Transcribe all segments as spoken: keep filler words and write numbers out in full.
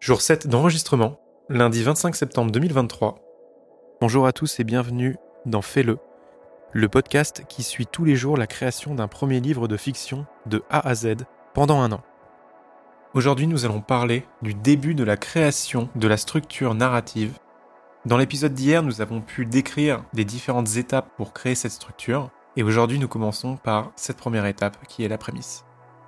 Jour sept d'enregistrement, lundi vingt-cinq septembre deux mille vingt-trois. Bonjour à tous et bienvenue dans Fais-le, le podcast qui suit tous les jours la création d'un premier livre de fiction de A à Z pendant un an. Aujourd'hui, nous allons parler du début de la création de la structure narrative. Dans l'épisode d'hier, nous avons pu décrire les différentes étapes pour créer cette structure, et aujourd'hui, nous commençons par cette première étape qui est la prémisse.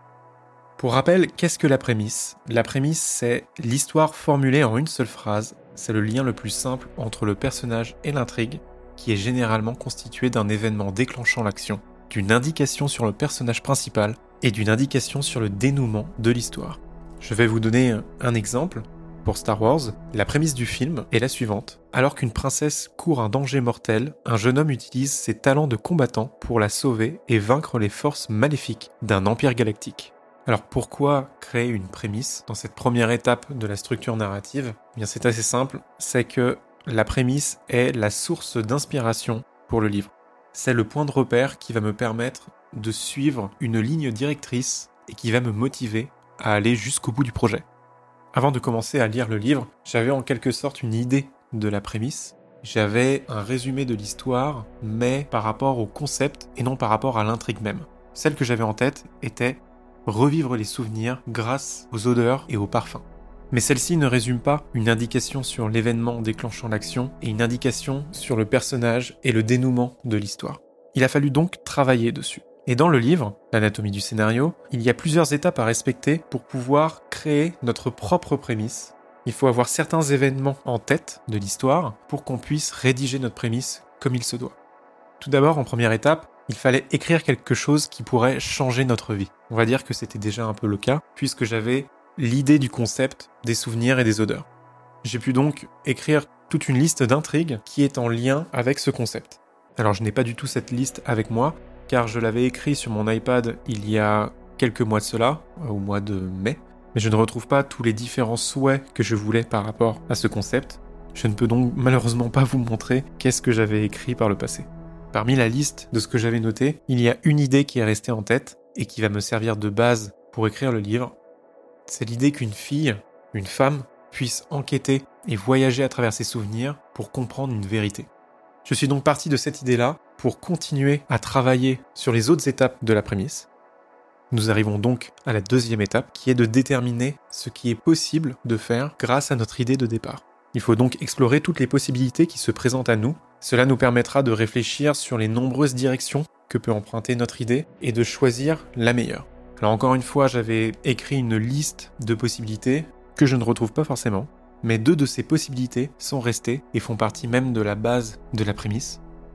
Pour rappel, qu'est-ce que la prémisse ? La prémisse, c'est l'histoire formulée en une seule phrase. C'est le lien le plus simple entre le personnage et l'intrigue, qui est généralement constitué d'un événement déclenchant l'action, d'une indication sur le personnage principal et d'une indication sur le dénouement de l'histoire. Je vais vous donner un exemple. Pour Star Wars, la prémisse du film est la suivante. Alors qu'une princesse court un danger mortel, un jeune homme utilise ses talents de combattant pour la sauver et vaincre les forces maléfiques d'un empire galactique. Alors pourquoi créer une prémisse dans cette première étape de la structure narrative ? Eh bien, c'est assez simple, c'est que la prémisse est la source d'inspiration pour le livre. C'est le point de repère qui va me permettre de suivre une ligne directrice et qui va me motiver à aller jusqu'au bout du projet. Avant de commencer à lire le livre, j'avais en quelque sorte une idée de la prémisse. J'avais un résumé de l'histoire, mais par rapport au concept et non par rapport à l'intrigue même. Celle que j'avais en tête était revivre les souvenirs grâce aux odeurs et aux parfums. Mais celle-ci ne résume pas une indication sur l'événement déclenchant l'action et une indication sur le personnage et le dénouement de l'histoire. Il a fallu donc travailler dessus. Et dans le livre, l'anatomie du scénario, il y a plusieurs étapes à respecter pour pouvoir créer notre propre prémisse. Il faut avoir certains événements en tête de l'histoire pour qu'on puisse rédiger notre prémisse comme il se doit. Tout d'abord, en première étape, il fallait écrire quelque chose qui pourrait changer notre vie. On va dire que c'était déjà un peu le cas, puisque j'avais l'idée du concept, des souvenirs et des odeurs. J'ai pu donc écrire toute une liste d'intrigues qui est en lien avec ce concept. Alors je n'ai pas du tout cette liste avec moi, car je l'avais écrit sur mon iPad il y a quelques mois de cela, au mois de mai, mais je ne retrouve pas tous les différents souhaits que je voulais par rapport à ce concept. Je ne peux donc malheureusement pas vous montrer qu'est-ce que j'avais écrit par le passé. Parmi la liste de ce que j'avais noté, il y a une idée qui est restée en tête et qui va me servir de base pour écrire le livre. C'est l'idée qu'une fille, une femme, puisse enquêter et voyager à travers ses souvenirs pour comprendre une vérité. Je suis donc parti de cette idée-là pour continuer à travailler sur les autres étapes de la prémisse. Nous arrivons donc à la deuxième étape qui est de déterminer ce qui est possible de faire grâce à notre idée de départ. Il faut donc explorer toutes les possibilités qui se présentent à nous. Cela nous permettra de réfléchir sur les nombreuses directions que peut emprunter notre idée et de choisir la meilleure. Alors encore une fois, j'avais écrit une liste de possibilités que je ne retrouve pas forcément, mais deux de ces possibilités sont restées et font partie même de la base de la prémisse.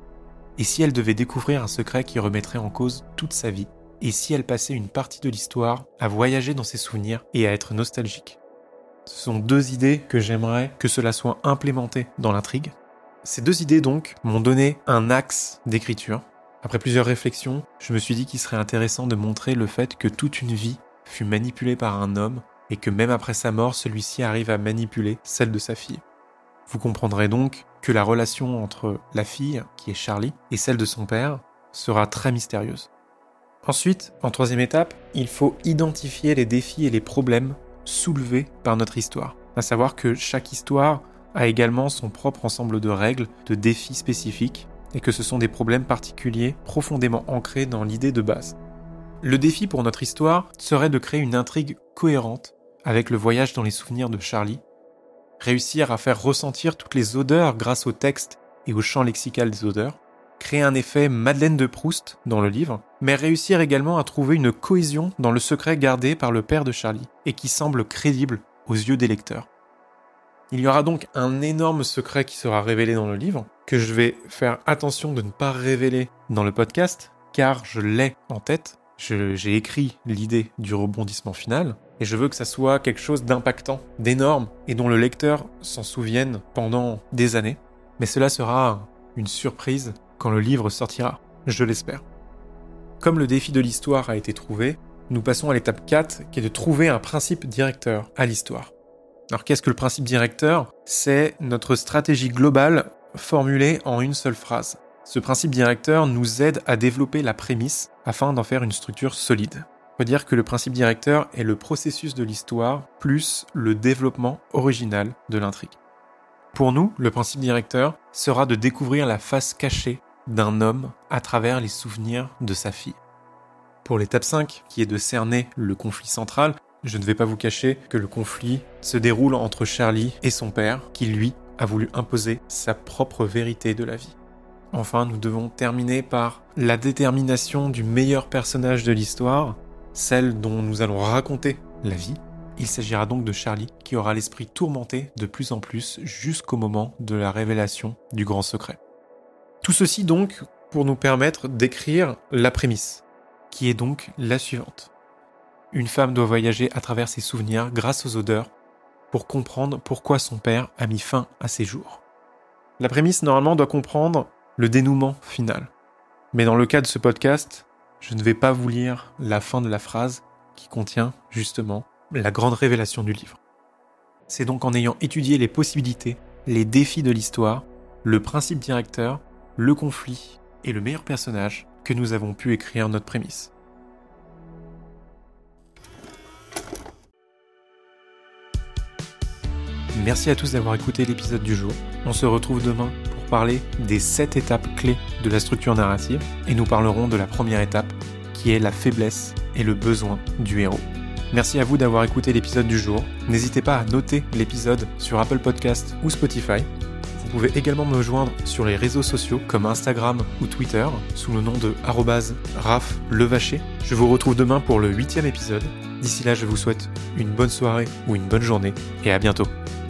Et si elle devait découvrir un secret qui remettrait en cause toute sa vie ? Et si elle passait une partie de l'histoire à voyager dans ses souvenirs et à être nostalgique ? Ce sont deux idées que j'aimerais que cela soit implémenté dans l'intrigue. Ces deux idées donc m'ont donné un axe d'écriture. Après plusieurs réflexions, je me suis dit qu'il serait intéressant de montrer le fait que toute une vie fut manipulée par un homme et que même après sa mort, celui-ci arrive à manipuler celle de sa fille. Vous comprendrez donc que la relation entre la fille, qui est Charlie, et celle de son père sera très mystérieuse. Ensuite, en troisième étape, il faut identifier les défis et les problèmes soulevés par notre histoire. À savoir que chaque histoire a également son propre ensemble de règles, de défis spécifiques, et que ce sont des problèmes particuliers profondément ancrés dans l'idée de base. Le défi pour notre histoire serait de créer une intrigue cohérente avec le voyage dans les souvenirs de Charlie, réussir à faire ressentir toutes les odeurs grâce au texte et au champ lexical des odeurs, créer un effet Madeleine de Proust dans le livre, mais réussir également à trouver une cohésion dans le secret gardé par le père de Charlie et qui semble crédible aux yeux des lecteurs. Il y aura donc un énorme secret qui sera révélé dans le livre, que je vais faire attention de ne pas révéler dans le podcast, car je l'ai en tête. Je, j'ai écrit l'idée du rebondissement final, et je veux que ça soit quelque chose d'impactant, d'énorme, et dont le lecteur s'en souvienne pendant des années. Mais cela sera une surprise quand le livre sortira, je l'espère. Comme le défi de l'histoire a été trouvé, nous passons à l'étape quatre, qui est de trouver un principe directeur à l'histoire. Alors qu'est-ce que le principe directeur ? C'est notre stratégie globale formulée en une seule phrase. Ce principe directeur nous aide à développer la prémisse afin d'en faire une structure solide. On peut dire que le principe directeur est le processus de l'histoire plus le développement original de l'intrigue. Pour nous, le principe directeur sera de découvrir la face cachée d'un homme à travers les souvenirs de sa fille. Pour l'étape cinq, qui est de cerner le conflit central, je ne vais pas vous cacher que le conflit se déroule entre Charlie et son père, qui lui a voulu imposer sa propre vérité de la vie. Enfin, nous devons terminer par la détermination du meilleur personnage de l'histoire, celle dont nous allons raconter la vie. Il s'agira donc de Charlie, qui aura l'esprit tourmenté de plus en plus jusqu'au moment de la révélation du grand secret. Tout ceci donc pour nous permettre d'écrire la prémisse, qui est donc la suivante. Une femme doit voyager à travers ses souvenirs grâce aux odeurs pour comprendre pourquoi son père a mis fin à ses jours. La prémisse, normalement, doit comprendre le dénouement final. Mais dans le cas de ce podcast, je ne vais pas vous lire la fin de la phrase qui contient, justement, la grande révélation du livre. C'est donc en ayant étudié les possibilités, les défis de l'histoire, le principe directeur, le conflit et le meilleur personnage que nous avons pu écrire notre prémisse. Merci à tous d'avoir écouté l'épisode du jour. On se retrouve demain pour parler des sept étapes clés de la structure narrative et nous parlerons de la première étape qui est la faiblesse et le besoin du héros. Merci à vous d'avoir écouté l'épisode du jour. N'hésitez pas à noter l'épisode sur Apple Podcasts ou Spotify. Vous pouvez également me joindre sur les réseaux sociaux comme Instagram ou Twitter sous le nom de arobase Raph Levacher. Je vous retrouve demain pour le huitième épisode. D'ici là, je vous souhaite une bonne soirée ou une bonne journée et à bientôt.